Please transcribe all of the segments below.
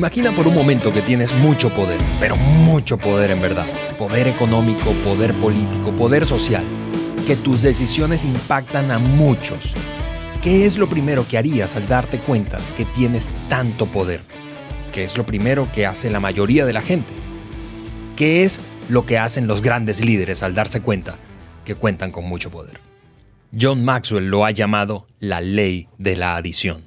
Imagina por un momento que tienes mucho poder, pero mucho poder en verdad. Poder económico, poder político, poder social. Que tus decisiones impactan a muchos. ¿Qué es lo primero que harías al darte cuenta que tienes tanto poder? ¿Qué es lo primero que hace la mayoría de la gente? ¿Qué es lo que hacen los grandes líderes al darse cuenta que cuentan con mucho poder? John Maxwell lo ha llamado la ley de la adición.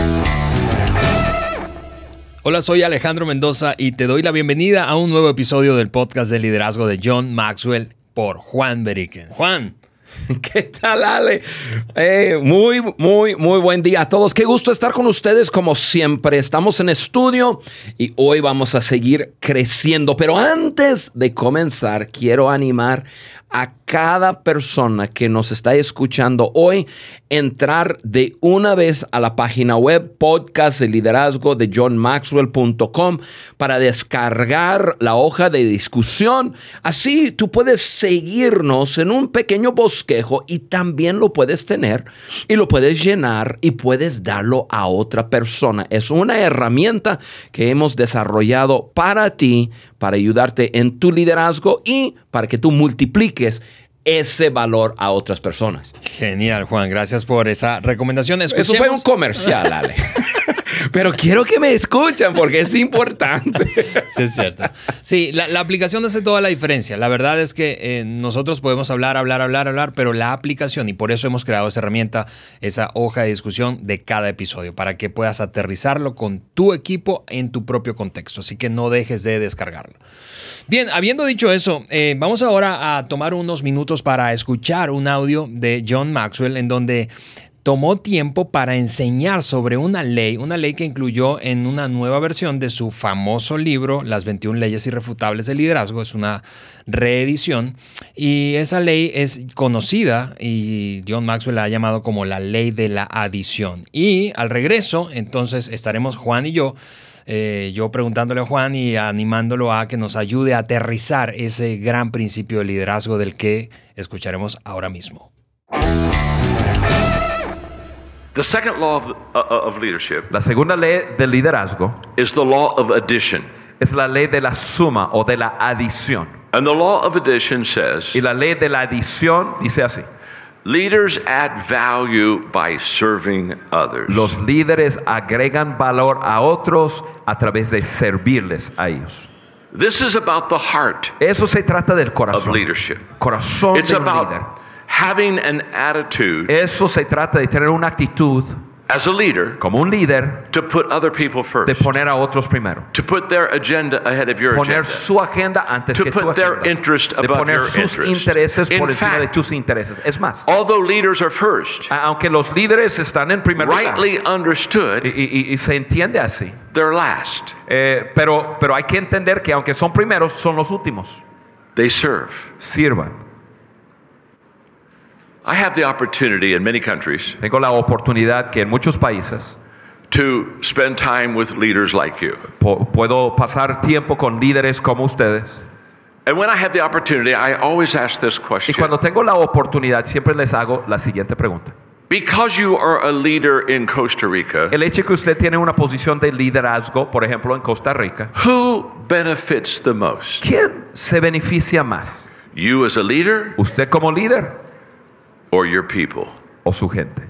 Hola, soy Alejandro Mendoza y te doy la bienvenida a un nuevo episodio del podcast de liderazgo de John Maxwell por Juan Beriken. Juan. ¿Qué tal, Ale? Muy buen día a todos. Qué gusto estar con ustedes como siempre. Estamos en estudio y hoy vamos a seguir creciendo. Pero antes de comenzar, quiero animar a cada persona que nos está escuchando hoy entrar de una vez a la página web podcast de liderazgo de johnmaxwell.com para descargar la hoja de discusión. Así tú puedes seguirnos en un pequeño bosquejo y también lo puedes tener y lo puedes llenar y puedes darlo a otra persona. Es una herramienta que hemos desarrollado para ti, para ayudarte en tu liderazgo y para que tú multipliques ese valor a otras personas. Genial, Juan. Gracias por esa recomendación. Eso fue un comercial, Ale. Pero quiero que me escuchen porque es importante. Sí, es cierto. Sí, la aplicación hace toda la diferencia. La verdad es que nosotros podemos hablar, pero la aplicación, y por eso hemos creado esa herramienta, esa hoja de discusión de cada episodio, para que puedas aterrizarlo con tu equipo en tu propio contexto. Así que no dejes de descargarlo. Bien, habiendo dicho eso, vamos ahora a tomar unos minutos para escuchar un audio de John Maxwell en donde tomó tiempo para enseñar sobre una ley que incluyó en una nueva versión de su famoso libro, Las 21 leyes irrefutables del liderazgo. Es una reedición y esa ley es conocida y John Maxwell la ha llamado como la ley de la adición. Y al regreso, entonces estaremos Juan y yo preguntándole a Juan y animándolo a que nos ayude a aterrizar ese gran principio de liderazgo del que escucharemos ahora mismo. The second law of leadership La segunda ley del liderazgo is the law of addition. es la ley de la suma o de la adición. And the law of addition says, Y la ley de la adición dice así: leaders add value by serving others. los líderes agregan valor a otros a través de servirles a ellos. This is about the heart Eso se trata del of corazón. leadership. Corazón It's de un líder. about having an attitude Eso se trata de tener una actitud as a leader como un líder to put other people de first, poner a otros primero. to put their agenda ahead of your Poner agenda, su agenda antes to que tu put their agenda. interest De above poner your sus interest. intereses In por encima de fact, tus intereses. Es más, although leaders are first, aunque los líderes están en primer lugar rightly understood, y se entiende así, they're last. pero hay que entender que aunque son primeros, son los últimos. They serve. Sirvan. I have the opportunity in many countries Tengo la oportunidad que en muchos países to spend time with leaders like you. puedo pasar tiempo con líderes como ustedes. And when I have the opportunity, I always ask this Y question. cuando tengo la oportunidad, siempre les hago la siguiente pregunta. Because you are a leader in Costa Rica, El hecho que usted tiene una posición de liderazgo, por ejemplo, en Costa Rica, who benefits the most? ¿quién se beneficia más? You as a leader ¿Usted como líder or your people? o su gente?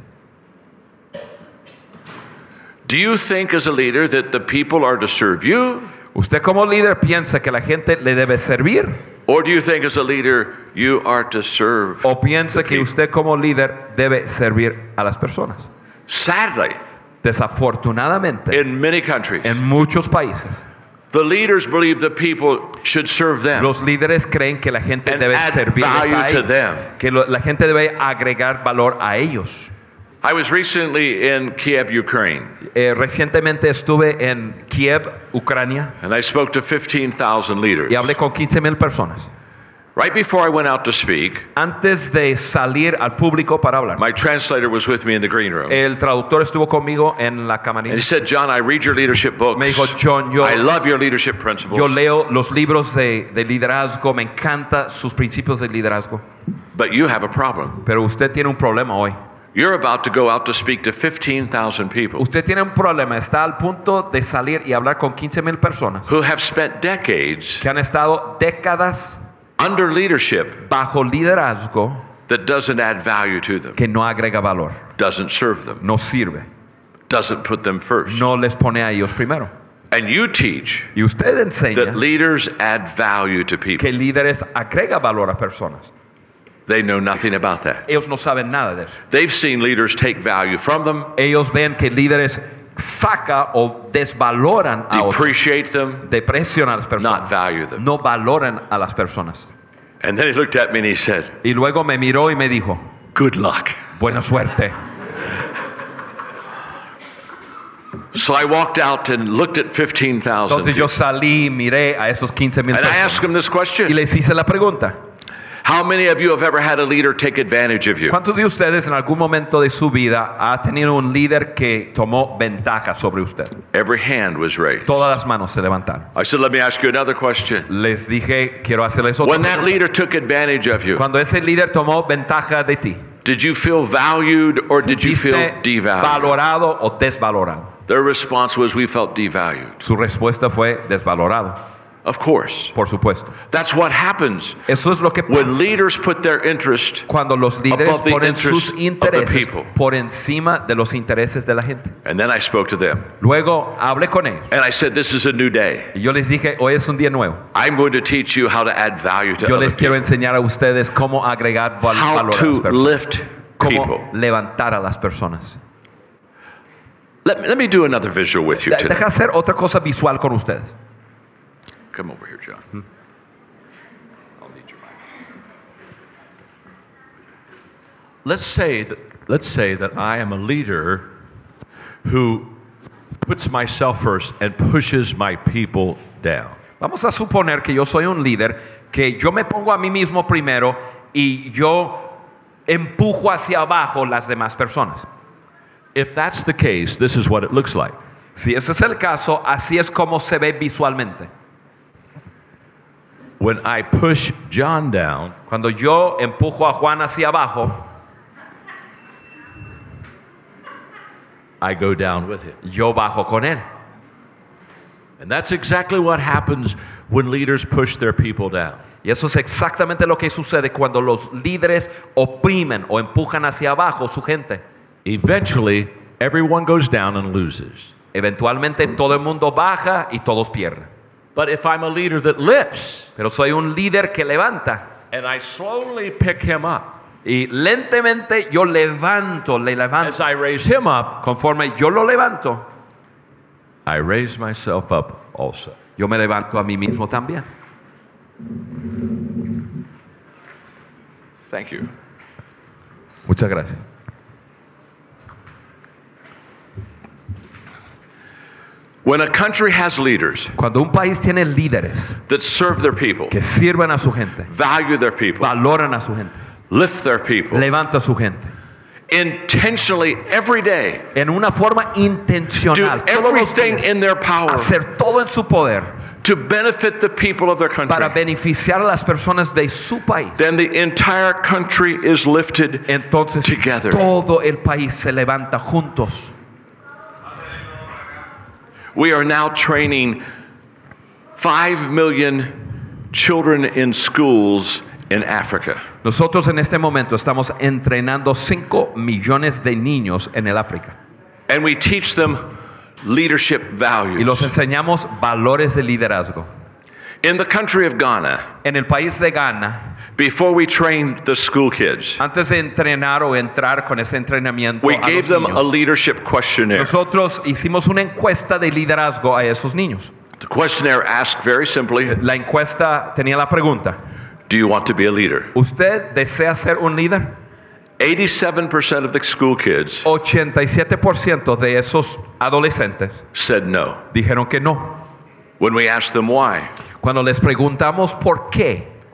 Do you think as a leader that the people are to serve you? ¿Usted como líder piensa que la gente le debe servir? Or do you think as a leader you are to serve? ¿O piensa que usted como líder debe servir a las personas? Sadly, Desafortunadamente, in many countries, en muchos países, the leaders believe the people should serve them. los líderes creen que la gente And debe add servirles value a to ellos, them. que la gente debe agregar valor a ellos. I was recently in Kiev, Ukraine, Recientemente estuve en Kiev, Ucrania, and I spoke to 15,000 leaders. y hablé con 15,000 personas. Right before I went out to speak, Antes de salir al público para hablar, my translator was with me in the green room. el traductor estuvo conmigo en la And camarilla. he said, John, I read your leadership books. Me dijo: John, I love your leadership principles. yo leo los libros de liderazgo, me encantan sus principios de liderazgo, But you have a problem. pero usted tiene un problema hoy. You're about to go out to speak to 15,000 people Usted tiene un problema, está al punto de salir y hablar con 15,000 personas who have spent decades que han estado décadas under leadership bajo liderazgo that doesn't add value to them, que no agrega valor, doesn't serve them, no sirve, doesn't put them first. no les pone a ellos primero. And you teach Y usted that enseña leaders add value to people. que líderes agrega valor a personas. They know nothing about that. Ellos no saben nada de eso. They've seen leaders take value from them, Ellos ven que líderes saca o desvaloran a otros, depreciate them, deprecian a las not personas, value them. no valoran a las personas. And then he looked at me and he said, Y luego me miró y me dijo, good luck. buena suerte. So I walked out and looked at 15,000 Entonces yo people. salí y miré a esos 15,000 And I asked personas him this y question. les hice la pregunta: How many of you have ever had a leader take advantage of you? ¿cuántos de ustedes en algún momento de su vida ha tenido un líder que tomó ventaja sobre usted? Every hand was raised. Todas las manos se levantaron. I said, let me ask you another question. Les dije, quiero hacerles otra When that pregunta. leader took advantage of you, Cuando ese líder tomó ventaja de ti, did you feel valued or did you feel ¿sentiste devalued? valorado o desvalorado? Their response was, we felt devalued. Su respuesta fue desvalorado, Of course. por supuesto. That's what happens Eso es lo que when pasa leaders put their interest. cuando los líderes above the ponen interest sus of the intereses people. por encima de los intereses de la gente. And then I spoke to them. Luego hablé con ellos And I said, this is a new day. y yo les dije, hoy es un día nuevo. I'm going to teach you how to add value to Yo other les quiero people. enseñar a ustedes cómo agregar How valor a to las personas, lift cómo people. levantar a las personas. Let me do another visual with you today. Deja hacer otra cosa visual con ustedes. Come over here, John. I'll need your mic. Let's say that I am a leader who puts myself first and pushes my people down. Vamos a suponer que yo soy un líder, que yo me pongo a mí mismo primero y yo empujo hacia abajo las demás personas. If that's the case, this is what it looks like. Si ese es el caso, así es como se ve visualmente. When I push John down, Cuando yo empujo a Juan hacia abajo, I go down with him. yo bajo con él. And that's exactly what happens when leaders push their people down. Y eso es exactamente lo que sucede cuando los líderes oprimen o empujan hacia abajo su gente. Eventually, everyone goes down and loses. Eventualmente todo el mundo baja y todos pierden. But if I'm a leader that lifts Pero soy un líder que levanta and I slowly pick him up, y lentamente yo le levanto. as I raise him up, Conforme yo lo levanto, I raise myself up also. yo me levanto a mí mismo también. Thank you. Muchas gracias. When a country has leaders Cuando un país tiene líderes that serve their people, que sirven a su gente, value their people, valoran a su gente, lift their people, levanta a su gente, intentionally every day, en una forma do intencional, todos los everything días, in their power hacer todo en su poder to benefit the people of their country, para beneficiar a las personas de su país, then the entire country is lifted entonces together. todo el país se levanta juntos. We are now training 5 million children in schools in Africa. Nosotros en este momento estamos entrenando 5 millones de niños en el África And we teach them leadership y los values. enseñamos valores de liderazgo. In the country of Ghana, En el país de Ghana, before we trained the school kids, antes de entrenar o entrar con ese entrenamiento we a gave los them a niños, leadership questionnaire. nosotros hicimos una encuesta de liderazgo a esos niños. The questionnaire asked very simply, La encuesta tenía la pregunta: do you want to be a leader? ¿usted desea ser un líder? 87% of the school kids 87% de esos adolescentes said no. dijeron que no. When we asked them why, Cuando les preguntamos por qué,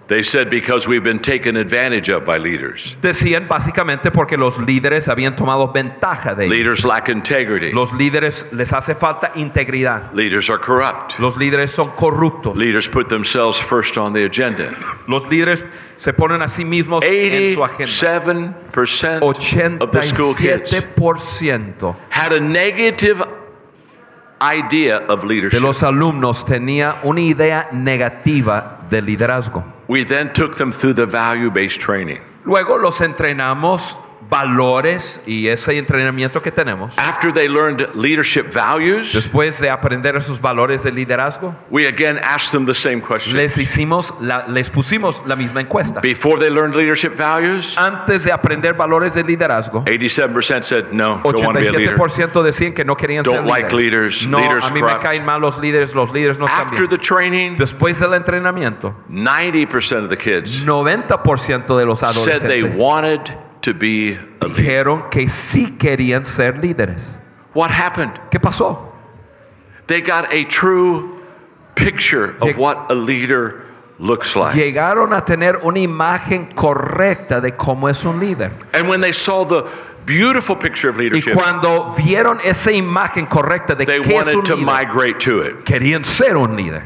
They said because we've been taken advantage of by leaders. Decían básicamente porque los líderes habían tomado ventaja de ellos. Leaders lack integrity. Los líderes les hace falta integridad. Leaders are corrupt. Los líderes son corruptos. Leaders put themselves first on the agenda. Los líderes se ponen a sí mismos en su agenda. 87% of the school kids 87% had a negative idea of de leadership. los alumnos tenía una idea negativa de liderazgo. We then took them through the value-based training. Luego los entrenamos valores y ese entrenamiento que tenemos. After they learned leadership values, Después de aprender esos valores de liderazgo, we again asked them the same question. les pusimos la misma encuesta. Before they learned leadership values, Antes de aprender valores de liderazgo, 87% said no, don't want to be a leader. 87% decían que no querían ser Don't like líderes. leaders. No, Leaders a mí corrupt. me caen mal los líderes no están After bien. the training, Después del entrenamiento, 90% of the kids 90% de los said they adolescentes wanted to be a leader. dijeron que sí querían ser líderes. What happened? ¿Qué pasó? They got a true picture of Lleg- what a leader looks like. Llegaron a tener una imagen correcta de cómo es un líder. And when they saw the beautiful picture of Y leadership, cuando vieron esa imagen correcta de they qué es un wanted to líder, migrate to it. querían ser un líder.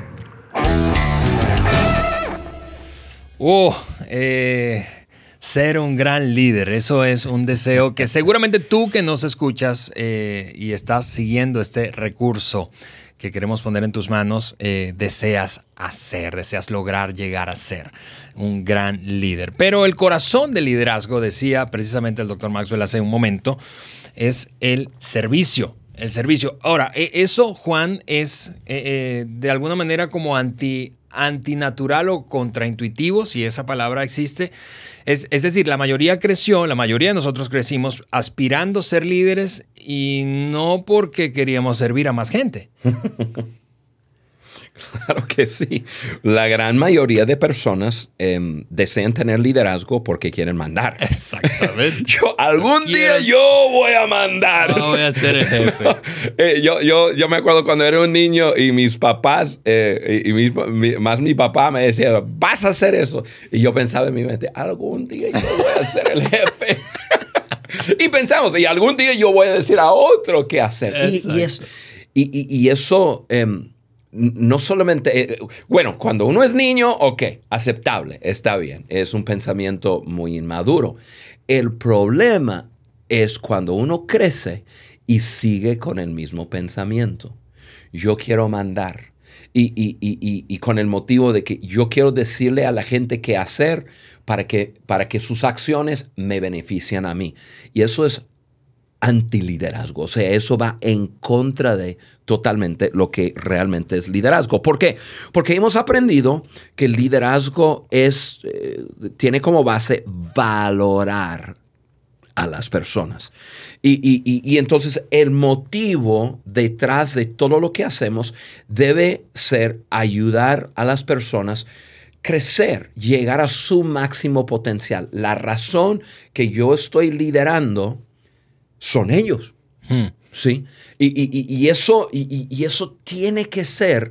Ser un gran líder, eso es un deseo que seguramente tú que nos escuchas y estás siguiendo este recurso que queremos poner en tus manos, deseas lograr llegar a ser un gran líder. Pero el corazón del liderazgo, decía precisamente el Dr. Maxwell hace un momento, es el servicio. El servicio. Ahora, eso, Juan, es de alguna manera como antinatural o contraintuitivo, si esa palabra existe. Es decir, la mayoría de nosotros crecimos aspirando a ser líderes y no porque queríamos servir a más gente. Claro que sí. La gran mayoría de personas desean tener liderazgo porque quieren mandar. Exactamente. Algún día yo voy a mandar. No voy a ser el jefe. Yo me acuerdo cuando era un niño y mis papás, más mi papá me decía, vas a hacer eso. Y yo pensaba en mi mente, algún día yo voy a ser el jefe. Y pensamos, y algún día yo voy a decir a otro qué hacer. Y eso... no solamente, bueno, cuando uno es niño, ok, aceptable, está bien, es un pensamiento muy inmaduro. El problema es cuando uno crece y sigue con el mismo pensamiento. Yo quiero mandar y con el motivo de que yo quiero decirle a la gente qué hacer para que sus acciones me beneficien a mí. Y eso es antiliderazgo. O sea, eso va en contra de totalmente lo que realmente es liderazgo. ¿Por qué? Porque hemos aprendido que el liderazgo tiene como base valorar a las personas. Y entonces el motivo detrás de todo lo que hacemos debe ser ayudar a las personas crecer, llegar a su máximo potencial. La razón que yo estoy liderando son ellos, ¿sí? Y eso tiene que ser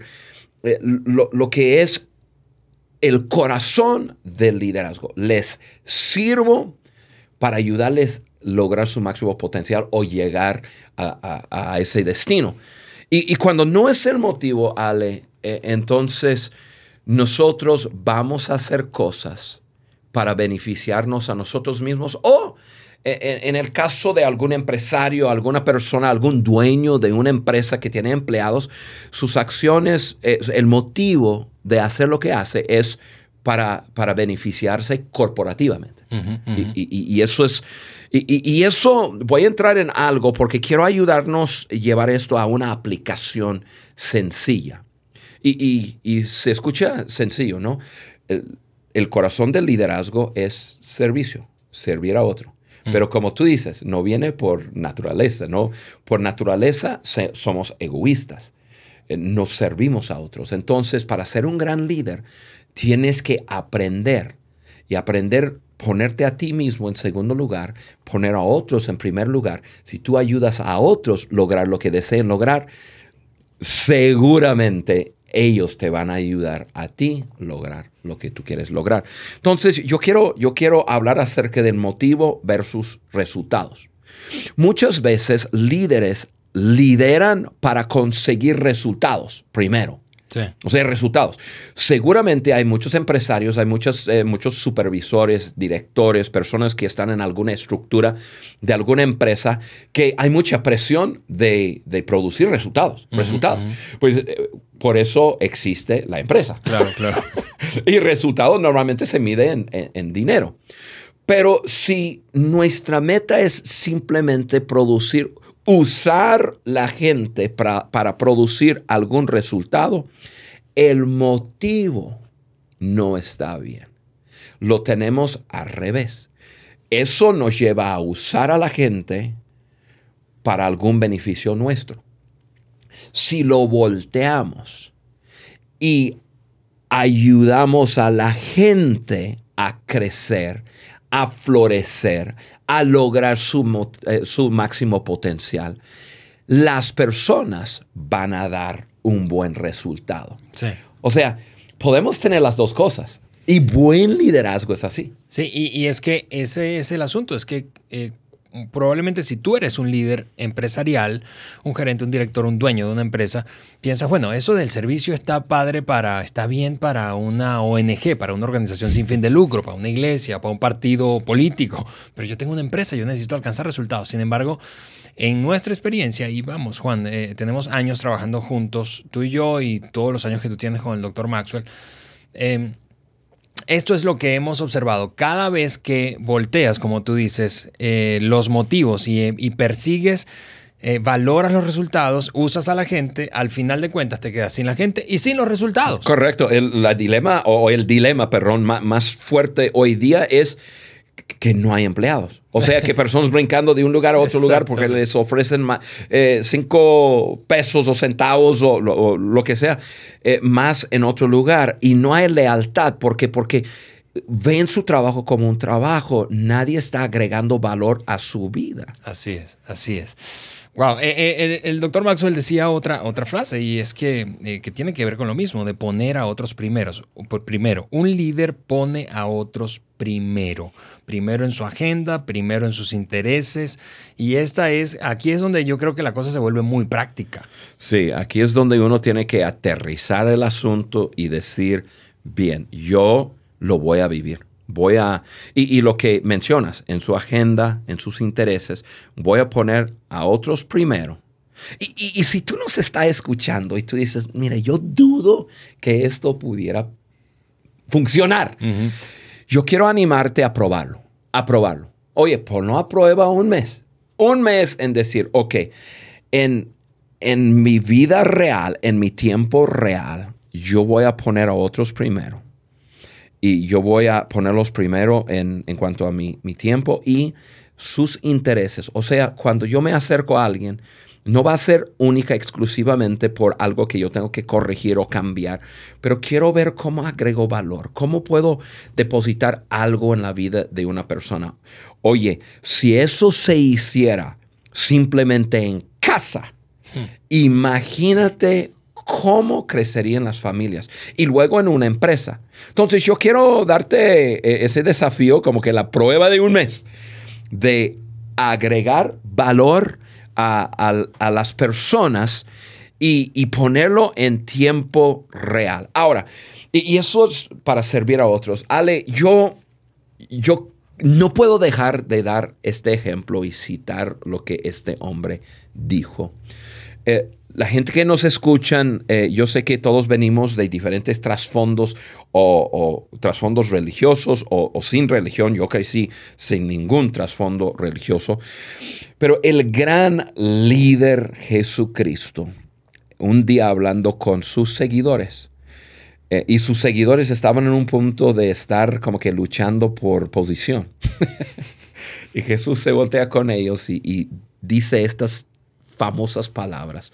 lo que es el corazón del liderazgo. Les sirvo para ayudarles a lograr su máximo potencial o llegar a ese destino. Y cuando no es el motivo, Ale, entonces nosotros vamos a hacer cosas para beneficiarnos a nosotros mismos o en el caso de algún empresario, alguna persona, algún dueño de una empresa que tiene empleados, sus acciones, el motivo de hacer lo que hace es para beneficiarse corporativamente. Y eso es... Y eso, voy a entrar en algo porque quiero ayudarnos a llevar esto a una aplicación sencilla. Y se escucha sencillo, ¿no? El corazón del liderazgo es servicio, servir a otro. Pero como tú dices, no viene por naturaleza, ¿no? Por naturaleza somos egoístas, nos servimos a otros. Entonces, para ser un gran líder, tienes que aprender ponerte a ti mismo en segundo lugar, poner a otros en primer lugar. Si tú ayudas a otros a lograr lo que deseen lograr, seguramente ellos te van a ayudar a ti lograr lo que tú quieres lograr. Entonces, yo quiero hablar acerca del motivo versus resultados. Muchas veces líderes lideran para conseguir resultados primero. Sí. O sea, resultados. Seguramente hay muchos empresarios, hay muchos supervisores, directores, personas que están en alguna estructura de alguna empresa que hay mucha presión de producir resultados. Pues por eso existe la empresa. Claro, claro. Y resultados normalmente se miden en dinero. Pero si nuestra meta es simplemente usar la gente para producir algún resultado, el motivo no está bien. Lo tenemos al revés. Eso nos lleva a usar a la gente para algún beneficio nuestro. Si lo volteamos y ayudamos a la gente a crecer, a florecer, a lograr su máximo potencial, las personas van a dar un buen resultado. Sí. O sea, podemos tener las dos cosas. Y buen liderazgo es así. Sí, y es que ese es el asunto. Es que probablemente si tú eres un líder empresarial, un gerente, un director, un dueño de una empresa, piensas, bueno, eso del servicio está bien para una ONG, para una organización sin fin de lucro, para una iglesia, para un partido político, pero yo tengo una empresa, yo necesito alcanzar resultados. Sin embargo, en nuestra experiencia, y vamos, Juan, tenemos años trabajando juntos, tú y yo, y todos los años que tú tienes con el Dr. Maxwell, esto es lo que hemos observado. Cada vez que volteas, como tú dices, los motivos y persigues, valoras los resultados, usas a la gente, al final de cuentas te quedas sin la gente y sin los resultados. Correcto. El dilema más fuerte hoy día es que no hay empleados. O sea, que personas brincando de un lugar a otro lugar porque les ofrecen 5 pesos o centavos o lo que sea más en otro lugar. Y no hay lealtad porque ven su trabajo como un trabajo. Nadie está agregando valor a su vida. Así es, así es. Wow, el doctor Maxwell decía otra frase y es que tiene que ver con lo mismo, de poner a otros primero. Un líder pone a otros primero en su agenda, primero en sus intereses y aquí es donde yo creo que la cosa se vuelve muy práctica. Sí, aquí es donde uno tiene que aterrizar el asunto y decir, bien, yo lo voy a vivir. Y lo que mencionas, en su agenda, en sus intereses, voy a poner a otros primero. Y si tú nos estás escuchando y tú dices, mira, yo dudo que esto pudiera funcionar, yo quiero animarte a probarlo. Oye, ponlo a prueba un mes en decir, ok, en mi vida real, en mi tiempo real, yo voy a poner a otros primero. Y yo voy a ponerlos primero en cuanto a mi tiempo y sus intereses. O sea, cuando yo me acerco a alguien, no va a ser única exclusivamente por algo que yo tengo que corregir o cambiar, pero quiero ver cómo agrego valor, cómo puedo depositar algo en la vida de una persona. Oye, si eso se hiciera simplemente en casa, imagínate cómo crecerían las familias y luego en una empresa. Entonces yo quiero darte ese desafío, como que la prueba de un mes, de agregar valor a las personas y ponerlo en tiempo real. Ahora, y eso es para servir a otros. Ale, yo no puedo dejar de dar este ejemplo y citar lo que este hombre dijo. La gente que nos escuchan, yo sé que todos venimos de diferentes trasfondos o trasfondos religiosos o sin religión. Yo crecí sin ningún trasfondo religioso. Pero el gran líder Jesucristo, un día hablando con sus seguidores, y sus seguidores estaban en un punto de estar como que luchando por posición. Y Jesús se voltea con ellos y dice estas famosas palabras.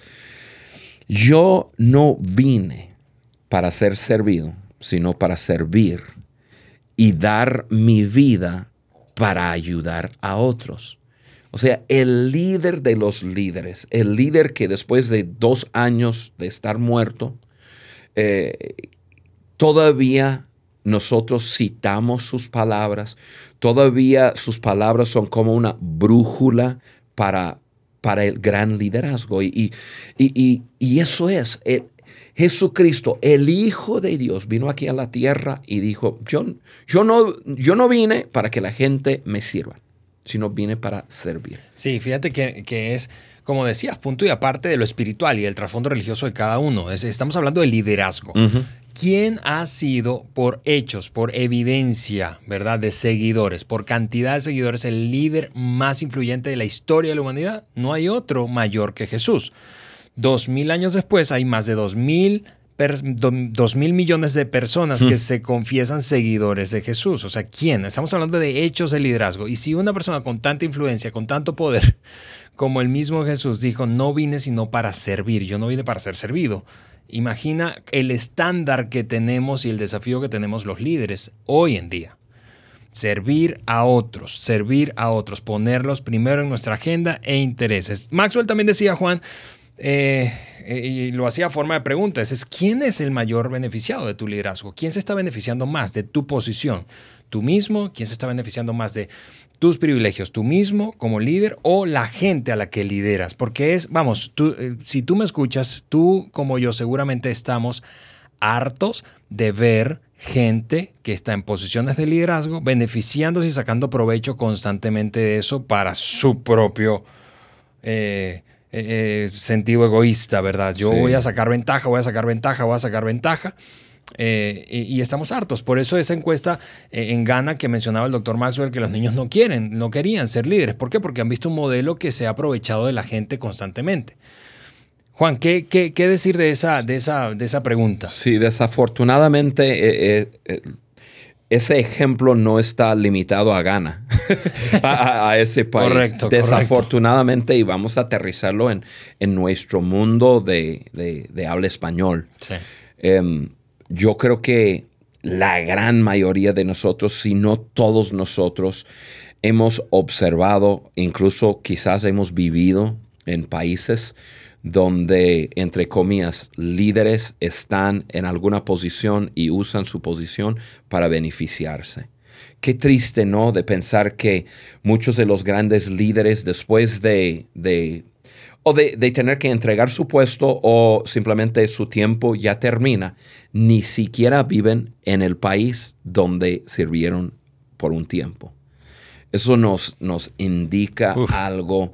Yo no vine para ser servido, sino para servir y dar mi vida para ayudar a otros. O sea, el líder de los líderes, el líder que después de 2 años de estar muerto, todavía nosotros citamos sus palabras, todavía sus palabras son como una brújula para el gran liderazgo. Y eso es, Jesucristo, el Hijo de Dios, vino aquí a la tierra y dijo, yo no vine para que la gente me sirva, sino vine para servir. Sí, fíjate que es, como decías, punto y aparte de lo espiritual y el trasfondo religioso de cada uno. Estamos hablando de liderazgo. Uh-huh. ¿Quién ha sido por hechos, por evidencia, ¿verdad?, de seguidores, por cantidad de seguidores, el líder más influyente de la historia de la humanidad? No hay otro mayor que Jesús. 2000 años después hay más de 2.000 millones de personas que se confiesan seguidores de Jesús. O sea, ¿quién? Estamos hablando de hechos de liderazgo. Y si una persona con tanta influencia, con tanto poder, como el mismo Jesús dijo, no vine sino para servir, yo no vine para ser servido. Imagina el estándar que tenemos y el desafío que tenemos los líderes hoy en día. Servir a otros, ponerlos primero en nuestra agenda e intereses. Maxwell también decía, Juan, y lo hacía a forma de pregunta, ¿quién es el mayor beneficiado de tu liderazgo? ¿Quién se está beneficiando más de tu posición? ¿Tú mismo? ¿Quién se está beneficiando más de tus privilegios? ¿Tú mismo como líder o la gente a la que lideras? Porque si tú me escuchas, tú como yo seguramente estamos hartos de ver gente que está en posiciones de liderazgo beneficiándose y sacando provecho constantemente de eso para su propio sentido egoísta, ¿verdad? Yo voy a sacar ventaja. Y estamos hartos. Por eso esa encuesta en Ghana que mencionaba el doctor Maxwell, que los niños no querían ser líderes. ¿Por qué? Porque han visto un modelo que se ha aprovechado de la gente constantemente. Juan, ¿qué decir de esa pregunta? Sí, desafortunadamente ese ejemplo no está limitado a Ghana, a ese país. Correcto. Desafortunadamente, y vamos a aterrizarlo en nuestro mundo de habla español. Sí. Yo creo que la gran mayoría de nosotros, si no todos nosotros, hemos observado, incluso quizás hemos vivido en países donde, entre comillas, líderes están en alguna posición y usan su posición para beneficiarse. Qué triste, ¿no?, de pensar que muchos de los grandes líderes, después de tener que entregar su puesto o simplemente su tiempo ya termina, ni siquiera viven en el país donde sirvieron por un tiempo. Eso nos indica algo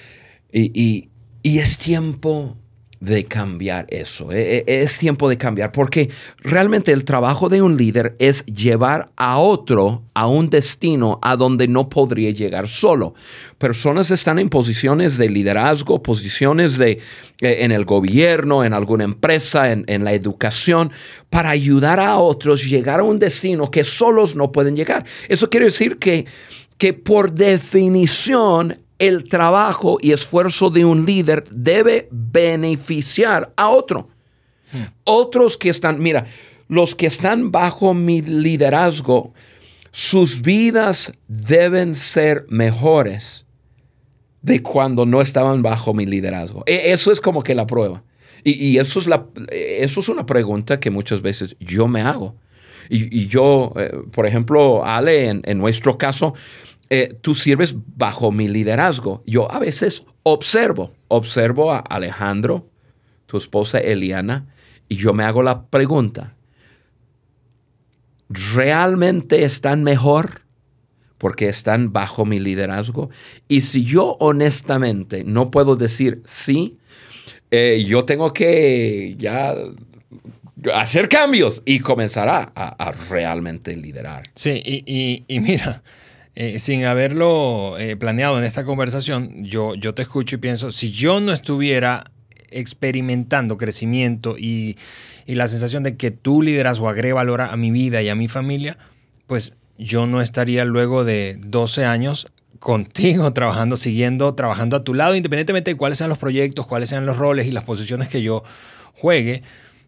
y es tiempo de cambiar eso. Es tiempo de cambiar porque realmente el trabajo de un líder es llevar a otro a un destino a donde no podría llegar solo. Personas están en posiciones de liderazgo, posiciones en el gobierno, en alguna empresa, en la educación, para ayudar a otros a llegar a un destino que solos no pueden llegar. Eso quiere decir que por definición el trabajo y esfuerzo de un líder debe beneficiar a otro. Otros que están, los que están bajo mi liderazgo, sus vidas deben ser mejores de cuando no estaban bajo mi liderazgo. Eso es como que la prueba. Y eso es una pregunta que muchas veces yo me hago. Y yo, por ejemplo, Ale, en nuestro caso, tú sirves bajo mi liderazgo. Yo a veces observo a Alejandro, tu esposa Eliana, y yo me hago la pregunta, ¿realmente están mejor porque están bajo mi liderazgo? Y si yo honestamente no puedo decir sí, yo tengo que ya hacer cambios y comenzar a realmente liderar. Sí, y mira, sin haberlo planeado en esta conversación, yo te escucho y pienso, si yo no estuviera experimentando crecimiento y la sensación de que tu liderazgo agrega valor a mi vida y a mi familia, pues yo no estaría luego de 12 años contigo trabajando a tu lado, independientemente de cuáles sean los proyectos, cuáles sean los roles y las posiciones que yo juegue.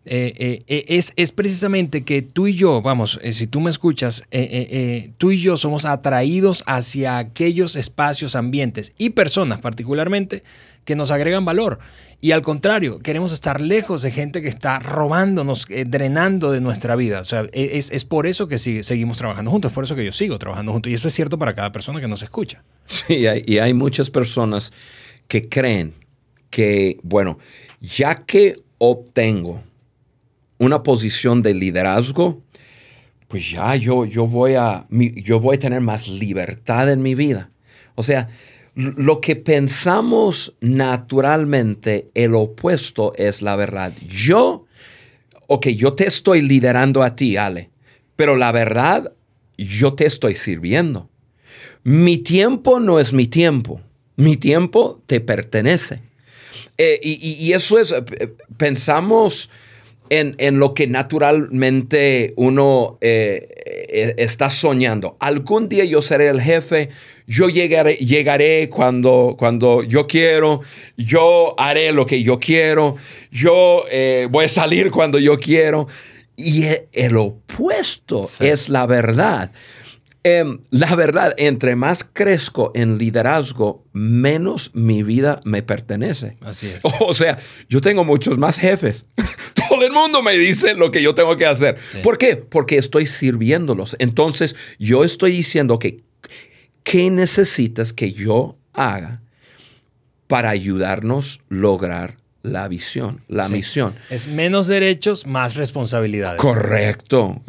es precisamente que tú y yo, vamos, si tú me escuchas, tú y yo somos atraídos hacia aquellos espacios, ambientes y personas particularmente que nos agregan valor. Y al contrario, queremos estar lejos de gente que está robándonos, drenando de nuestra vida. O sea, es por eso que seguimos trabajando juntos, es por eso que yo sigo trabajando juntos. Y eso es cierto para cada persona que nos escucha. Sí, y hay muchas personas que creen que, bueno, ya que obtengo una posición de liderazgo, pues ya yo voy a tener más libertad en mi vida. O sea, lo que pensamos naturalmente, el opuesto es la verdad. Yo te estoy liderando a ti, Ale, pero la verdad, yo te estoy sirviendo. Mi tiempo no es mi tiempo. Mi tiempo te pertenece. Y eso es, pensamos en lo que naturalmente uno está soñando. Algún día yo seré el jefe, yo llegaré cuando yo quiero, yo haré lo que yo quiero, yo voy a salir cuando yo quiero. Y el opuesto es la verdad. La verdad, entre más crezco en liderazgo, menos mi vida me pertenece. Así es. O sea, yo tengo muchos más jefes. Todo el mundo me dice lo que yo tengo que hacer. Sí. ¿Por qué? Porque estoy sirviéndolos. Entonces, yo estoy diciendo que ¿qué necesitas que yo haga para ayudarnos a lograr la visión, la misión? Es menos derechos, más responsabilidades. Correcto.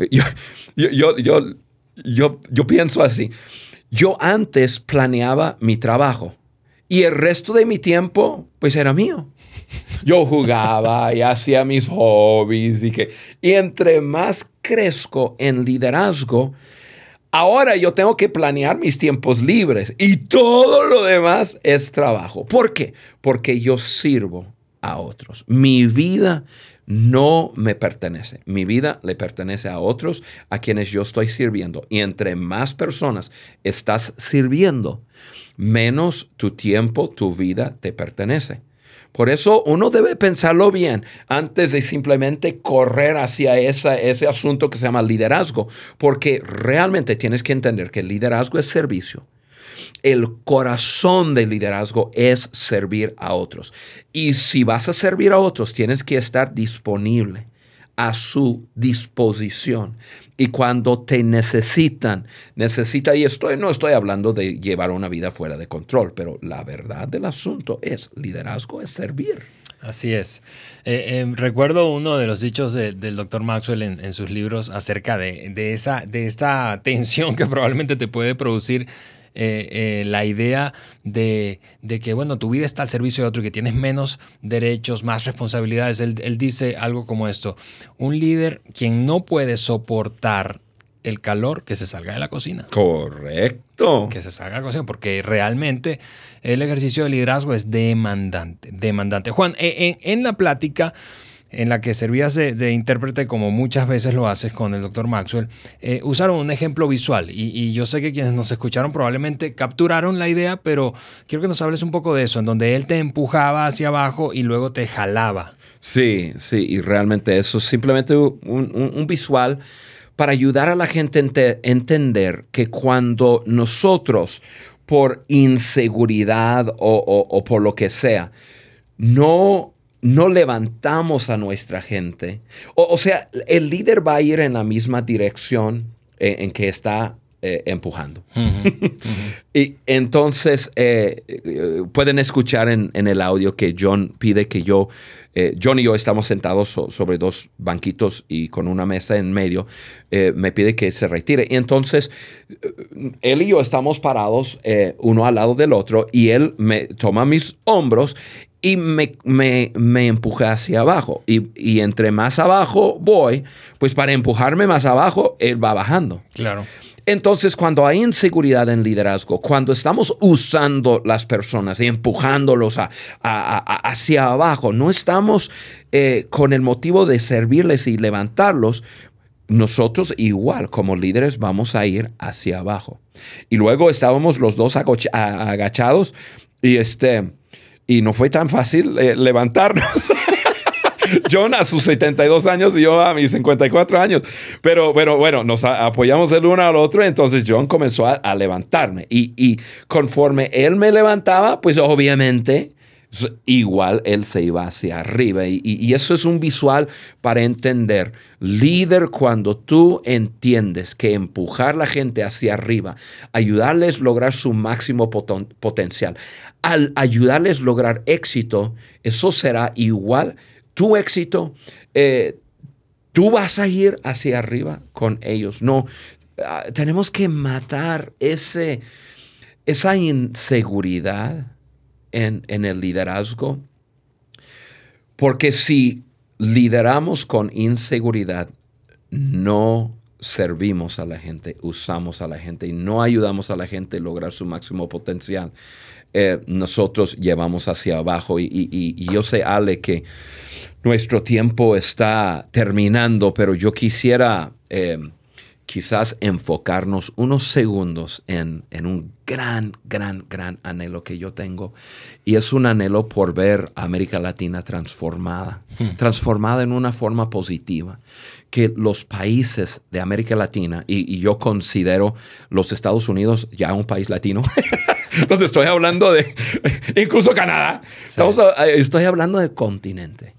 Yo pienso así. Yo antes planeaba mi trabajo y el resto de mi tiempo, pues era mío. Yo jugaba y hacía mis hobbies y entre más crezco en liderazgo, ahora yo tengo que planear mis tiempos libres y todo lo demás es trabajo. ¿Por qué? Porque yo sirvo a otros. Mi vida no me pertenece. Mi vida le pertenece a otros a quienes yo estoy sirviendo. Y entre más personas estás sirviendo, menos tu tiempo, tu vida te pertenece. Por eso uno debe pensarlo bien antes de simplemente correr hacia ese asunto que se llama liderazgo, porque realmente tienes que entender que el liderazgo es servicio. El corazón del liderazgo es servir a otros. Y si vas a servir a otros, tienes que estar disponible, a su disposición. Y cuando te necesita, y no estoy hablando de llevar una vida fuera de control, pero la verdad del asunto es, liderazgo es servir. Así es. Recuerdo uno de los dichos del Dr. Maxwell en sus libros acerca de esta tensión que probablemente te puede producir la idea de que, bueno, tu vida está al servicio de otro y que tienes menos derechos, más responsabilidades. Él dice algo como esto: un líder quien no puede soportar el calor, que se salga de la cocina. Correcto. Que se salga de la cocina, porque realmente el ejercicio de liderazgo es demandante. Juan, en la plática en la que servías de intérprete, como muchas veces lo haces con el Dr. Maxwell, usaron un ejemplo visual. Y yo sé que quienes nos escucharon probablemente capturaron la idea, pero quiero que nos hables un poco de eso, en donde él te empujaba hacia abajo y luego te jalaba. Sí, y realmente eso es simplemente un visual para ayudar a la gente a entender que cuando nosotros, por inseguridad o por lo que sea, no levantamos a nuestra gente. O sea, el líder va a ir en la misma dirección en que está empujando. Y entonces pueden escuchar en el audio que John pide que John y yo estamos sentados sobre dos banquitos y con una mesa en medio. Me pide que se retire. Y entonces él y yo estamos parados uno al lado del otro y él me toma mis hombros y me empuja hacia abajo. Y entre más abajo voy, pues para empujarme más abajo, él va bajando. Claro. Entonces, cuando hay inseguridad en liderazgo, cuando estamos usando las personas y empujándolos hacia abajo, no estamos con el motivo de servirles y levantarlos, nosotros igual como líderes vamos a ir hacia abajo. Y luego estábamos los dos agachados y no fue tan fácil levantarnos. John a sus 72 años y yo a mis 54 años. Pero bueno, nos apoyamos el uno al otro. Entonces John comenzó a levantarme. Y conforme él me levantaba, pues obviamente igual él se iba hacia arriba. Y eso es un visual para entender. Líder, cuando tú entiendes que empujar a la gente hacia arriba, ayudarles a lograr su máximo potencial, al ayudarles a lograr éxito, eso será igual tu éxito. Tú vas a ir hacia arriba con ellos. No, tenemos que matar esa inseguridad en el liderazgo, porque si lideramos con inseguridad, no servimos a la gente, usamos a la gente y no ayudamos a la gente a lograr su máximo potencial. Nosotros llevamos hacia abajo y yo sé, Ale, que nuestro tiempo está terminando, pero yo quisiera quizás enfocarnos unos segundos en un gran anhelo que yo tengo. Y es un anhelo por ver a América Latina transformada en una forma positiva. Que los países de América Latina, y yo considero los Estados Unidos ya un país latino. Entonces estoy hablando de incluso Canadá. Sí. Estoy hablando del continente.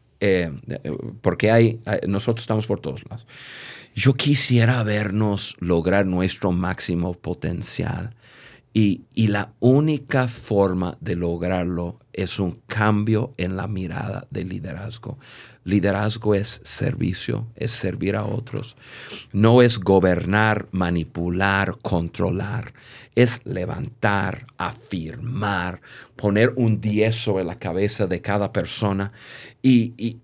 Porque nosotros estamos por todos lados. Yo quisiera vernos lograr nuestro máximo potencial y la única forma de lograrlo es un cambio en la mirada del liderazgo. Liderazgo es servicio, es servir a otros. No es gobernar, manipular, controlar. Es levantar, afirmar, poner un 10 sobre la cabeza de cada persona y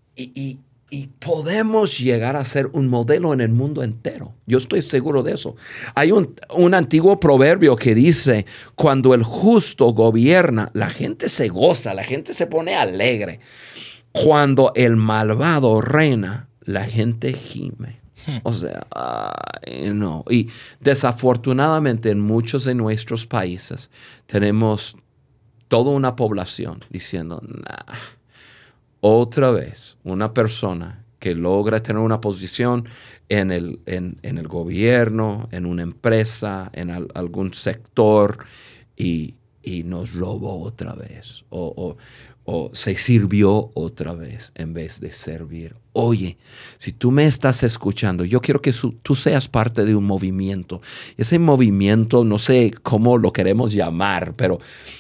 podemos llegar a ser un modelo en el mundo entero. Yo estoy seguro de eso. Hay un antiguo proverbio que dice, cuando el justo gobierna, la gente se goza, la gente se pone alegre. Cuando el malvado reina, la gente gime. O sea, no. Y desafortunadamente en muchos de nuestros países tenemos toda una población diciendo, nah. Otra vez, una persona que logra tener una posición en el gobierno, en una empresa, en algún sector y nos robó otra vez o se sirvió otra vez en vez de servir. Oye, si tú me estás escuchando, yo quiero que tú seas parte de un movimiento. Ese movimiento, no sé cómo lo queremos llamar, pero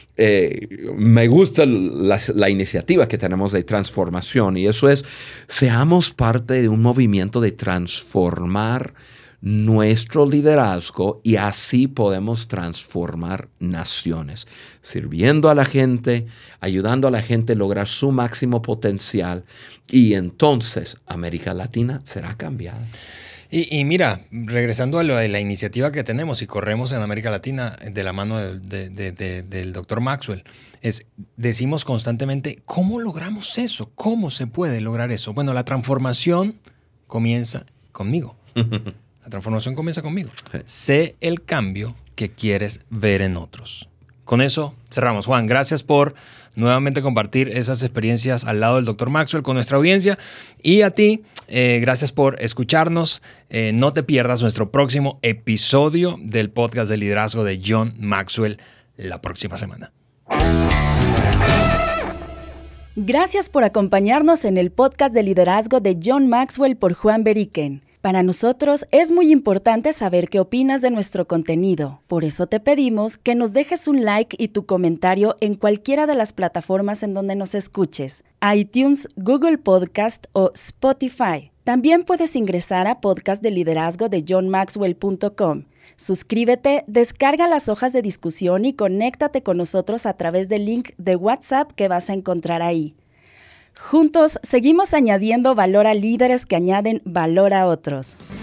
me gusta la iniciativa que tenemos de transformación y eso es, seamos parte de un movimiento de transformar nuestro liderazgo y así podemos transformar naciones, sirviendo a la gente, ayudando a la gente a lograr su máximo potencial y entonces América Latina será cambiada. Y mira, regresando a lo de la iniciativa que tenemos y corremos en América Latina de la mano del Dr. Maxwell, decimos constantemente, ¿cómo logramos eso? ¿Cómo se puede lograr eso? Bueno, la transformación comienza conmigo. La transformación comienza conmigo. Sí. Sé el cambio que quieres ver en otros. Con eso cerramos. Juan, gracias por nuevamente compartir esas experiencias al lado del Dr. Maxwell con nuestra audiencia. Y a ti, gracias por escucharnos. No te pierdas nuestro próximo episodio del podcast de liderazgo de John Maxwell la próxima semana. Gracias por acompañarnos en el podcast de liderazgo de John Maxwell por Juan Beriken. Para nosotros es muy importante saber qué opinas de nuestro contenido. Por eso te pedimos que nos dejes un like y tu comentario en cualquiera de las plataformas en donde nos escuches: iTunes, Google Podcast o Spotify. También puedes ingresar a podcastdeliderazgo de johnmaxwell.com. Suscríbete, descarga las hojas de discusión y conéctate con nosotros a través del link de WhatsApp que vas a encontrar ahí. Juntos seguimos añadiendo valor a líderes que añaden valor a otros.